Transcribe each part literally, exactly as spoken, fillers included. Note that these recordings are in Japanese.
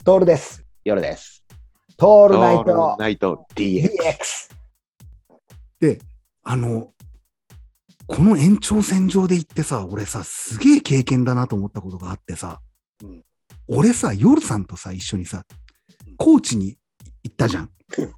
トールです。 夜です。 トールナイトールトナイト ディーエックス。 で、あの、この延長線上で行ってさ、俺さ、すげえ経験だなと思ったことがあってさ、うん、俺さ、夜さんとさ、一緒にさ、高知に行ったじゃん。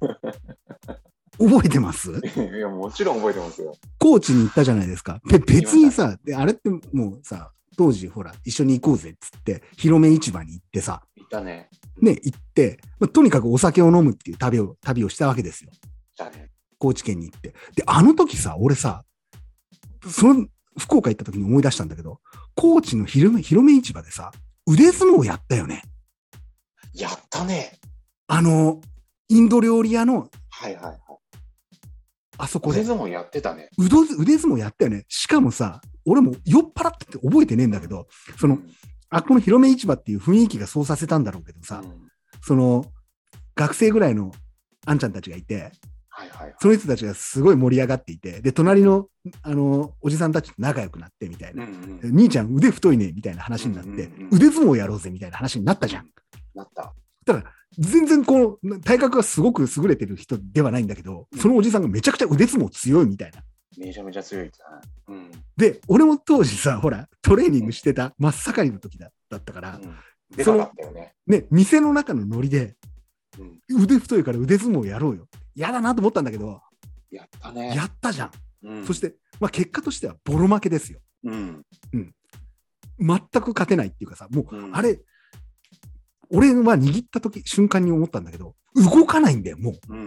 覚えてます？ いや、もちろん覚えてますよ。 高知に行ったじゃないですか。で、別にさ、であれってもうさ、当時ほら、一緒に行こうぜっつって、広め市場に行ってさ、 行ったね。 ね、行って、まあ、とにかくお酒を飲むっていう旅を、旅をしたわけですよ。 だね。 高知県に行って。で、あの時さ、俺さ、その、福岡行った時に思い出したんだけど、高知の広め、広め市場でさ、腕相撲やったよね。 やったね。 あの、インド料理屋の、 はいはいはい。 あそこで。 腕相撲やってたね。 腕、腕相撲やったよね。しかもさ、俺も酔っ払ってて覚えてねえんだけど、その、うん、あ、この広め市場っていう雰囲気がそうさせたんだろうけどさ、うん、その、学生ぐらいのあんちゃんたちがいて、はいはいはい、その人たちがすごい盛り上がっていて、で、隣の、あの、おじさんたちと仲良くなってみたいな、うんうん、兄ちゃん腕太いねみたいな話になって、うんうんうん、腕相撲やろうぜみたいな話になったじゃん。 なった。 ただ、全然この体格がすごく優れてる人ではないんだけど、そのおじさんがめちゃくちゃ腕相撲強いみたいな。 めちゃめちゃ強い、うん。 で、俺も当時さ、ほら、トレーニングしてた真っ盛りの時だったから、 うん、そのね、 ね、店の中のノリで、うん、腕太いから腕相撲やろうよ。やだなと思ったんだけど、 やったね。 やったじゃん。うん、そして、まあ、結果としてはボロ負けですよ。うんうん、全く勝てないっていうかさ、もう、うん、あれ、俺は握った時瞬間に思ったんだけど、動かないんだよ、もう。うんうん、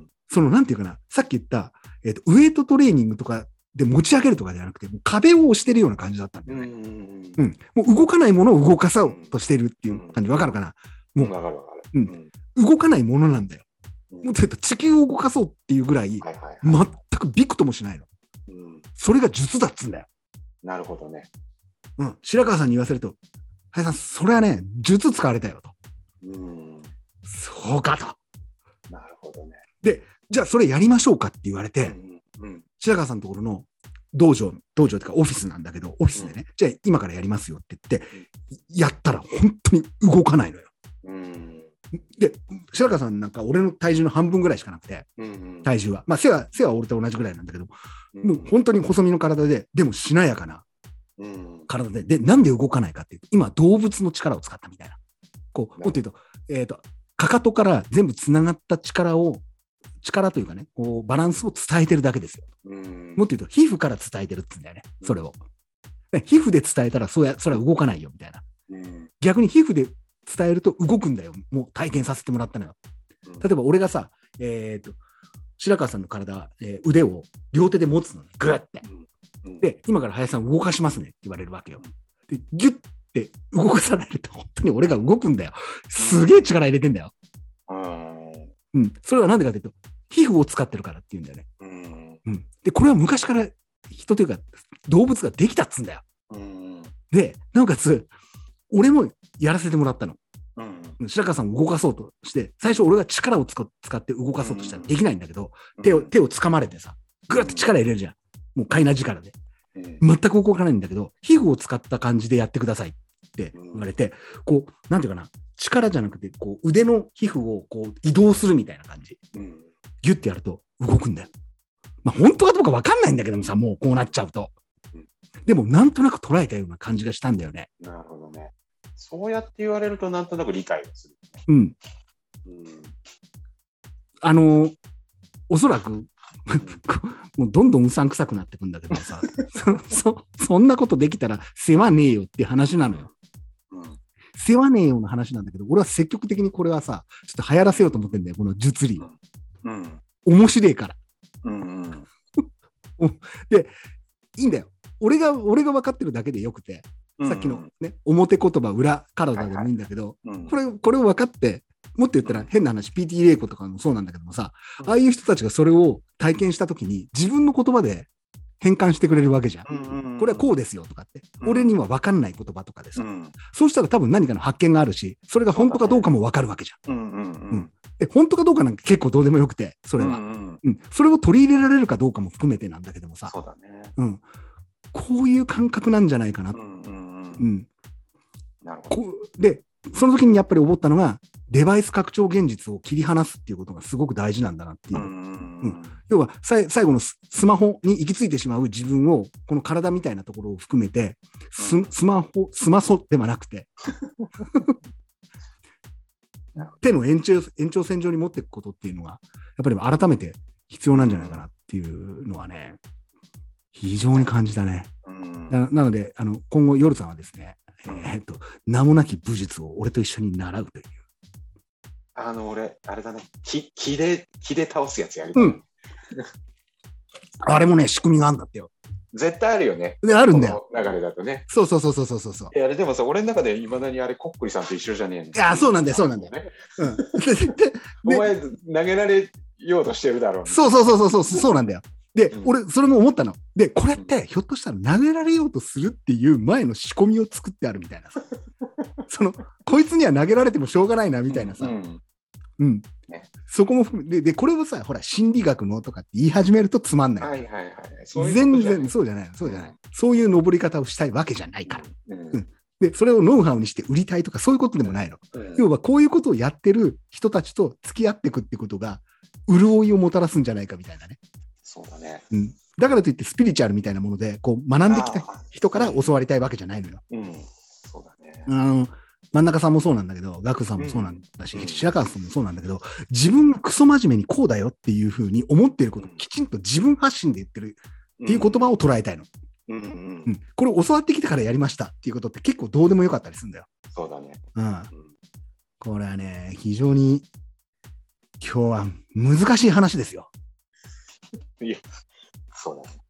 その、なんていうかな、さっき言った、えーと、ウエイトトレーニングとかで持ち上げるとかじゃなくて、もう壁を押してるような感じだったんだよね。うんうんうん、もう動かないものを動かそうとしてるっていう感じ、わかるかな？もう、わかるわかる。うん。動かないものなんだよ。もう言うと地球を動かそうっていうぐらい、はいはいはい、全くびくともしないの。うん、それが術だっつんだよ。 なるほどね。 うん。白川さんに言わせると、林さん、それはね、術使われたよと。うん。そうかと。 なるほどね。 で、じゃあそれやりましょうかって言われて、うんうん、白川さんのところの道場、道場というかオフィスなんだけど、オフィスでね、うん、じゃあ今からやりますよって言って、やったら本当に動かないのよ。うんで、白川さんなんか俺の体重の半分ぐらいしかなくて、うんうん、体重は。まあ背は、背は俺と同じぐらいなんだけど、うん、もう本当に細身の体で、でもしなやかな体で、で、なんで動かないかっていうと、今動物の力を使ったみたいな。こう、もっと言うと、えっと、かかとから全部つながった力を、力というかね、こうバランスを伝えてるだけですよ。うん、もっと言うと、皮膚から伝えてるって言うんだよね、それを。で皮膚で伝えたら、それは、それは動かないよみたいな。うん、逆に皮膚で伝えると動くんだよ。もう体験させてもらったのよ。例えば俺がさ、えっと、白川さんの体、えー、腕を両手で持つのね、グーって。で、今から林さん動かしますねって言われるわけよ。で、ギュッて動かされると本当に俺が動くんだよ。すげえ力入れてんだよ。うん。それはなんでかというと、皮膚を使ってるからって言うんだよね。うん。で、これは昔から人というか動物ができたっつうんだよ。で、なおかつ、俺もやらせてもらったの。うん、白川さんを動かそうとして、最初俺が力を使って動かそうとしたらできないんだけど、うん、手を、手を掴まれてさ、ぐーって力入れるじゃん。もう快な力で。全く動かないんだけど、皮膚を使った感じでやってくださいって言われて、こう、なんていうかな、力じゃなくて、こう、腕の皮膚をこう移動するみたいな感じ。うん、ギュッてやると動くんだよ。まあ、本当かどうか分かんないんだけどもさ、もうこうなっちゃうと。でも、なんとなく捉えたような感じがしたんだよね。 なるほどね。そうやって言われるとなんとなく理解がする、ね。 うん。うん、あの、おそらく、もうどんどんうさんくさくなってくんだけどさ、そ, そ, そんなことできたら世話ねえよっていう話なのよ。うん、世話ねえよの話なんだけど、俺は積極的にこれはさ、ちょっと流行らせようと思ってんだよ、この術理。うん。面白いから。うんうん、で、いいんだよ。俺が、俺が分かってるだけでよくて、さっきのね、表言葉、裏体でもいいんだけど、はいはいうん、これ、これを分かって、もっと言ったら変な話、ピーティー 玲子とかもそうなんだけどもさ、ああいう人たちがそれを体験したときに、自分の言葉で変換してくれるわけじゃん。うんうんうん、これはこうですよとかって、うん、俺には分かんない言葉とかでさ、うん、そうしたら多分何かの発見があるし、それが本当かどうかも分かるわけじゃん。うんうんうんうん、で本当かどうかなんか結構どうでもよくて、それは、うんうんうん。それを取り入れられるかどうかも含めてなんだけどもさ、 そうだね。 うん、こういう感覚なんじゃないかな。うんうんうんうん、なるほど。で、 その時にやっぱり思ったのが、デバイス拡張現実を切り離すっていうことがすごく大事なんだなっていう。うん、要は最後のスマホに行き着いてしまう自分を、この体みたいなところを含めて、ス, スマホ、スマソではなくて、手の延長、延長線上に持っていくことっていうのが、やっぱり改めて必要なんじゃないかなっていうのはね、非常に感じたね。な, なのであの、今後、夜さんはですね、えー、っと、名もなき武術を俺と一緒に習うという。 あの、俺、あれだね、木、木で、木で倒すやつやりたい。うん。 あれもね、仕組みがあるんだってよ。 絶対あるよね。 で、あるんだよ。 この流れだとね。 そうそうそうそうそうそう。 いや、あれでもさ、俺の中でいまだにあれ、コックリさんと一緒じゃねえの。いや、そうなんだよ、そうなんだよ。うん。 お前、投げられようとしてるだろう。 そうそうそうそう、そうそうなんだよ。で、うん、俺、それも思ったの。で、これって、ひょっとしたら投げられようとするっていう前の仕込みを作ってあるみたいなさ。その、こいつには投げられてもしょうがないな、みたいなさ。うん。うんね、そこも含めで、で、これをさ、ほら、心理学のとかって言い始めるとつまんない。 はいはいはい。そういう全然、そうじゃない。そうじゃない。うん、そういう登り方をしたいわけじゃないから。うんうん、で、それをノウハウにして売りたいとか、そういうことでもないの。うん、要は、こういうことをやってる人たちと付き合っていくってことが、潤いをもたらすんじゃないかみたいなね。 そうだね。 うん。だからといって、スピリチュアルみたいなもので、こう、学んできた人から教わりたいわけじゃないのよ。 うん。そうだね。 あの、真ん中さんもそうなんだけど、ガクさんもそうなんだし、うん、白川さんもそうなんだけど、自分がクソ真面目にこうだよっていうふうに思っていることをきちんと自分発信で言ってるっていう言葉を捉えたいの。うんうんうん、これを教わってきてからやりましたっていうことって結構どうでもよかったりするんだよ。 そうだね。 うん。これはね、非常に今日は難しい話ですよ。 いや、そうだね。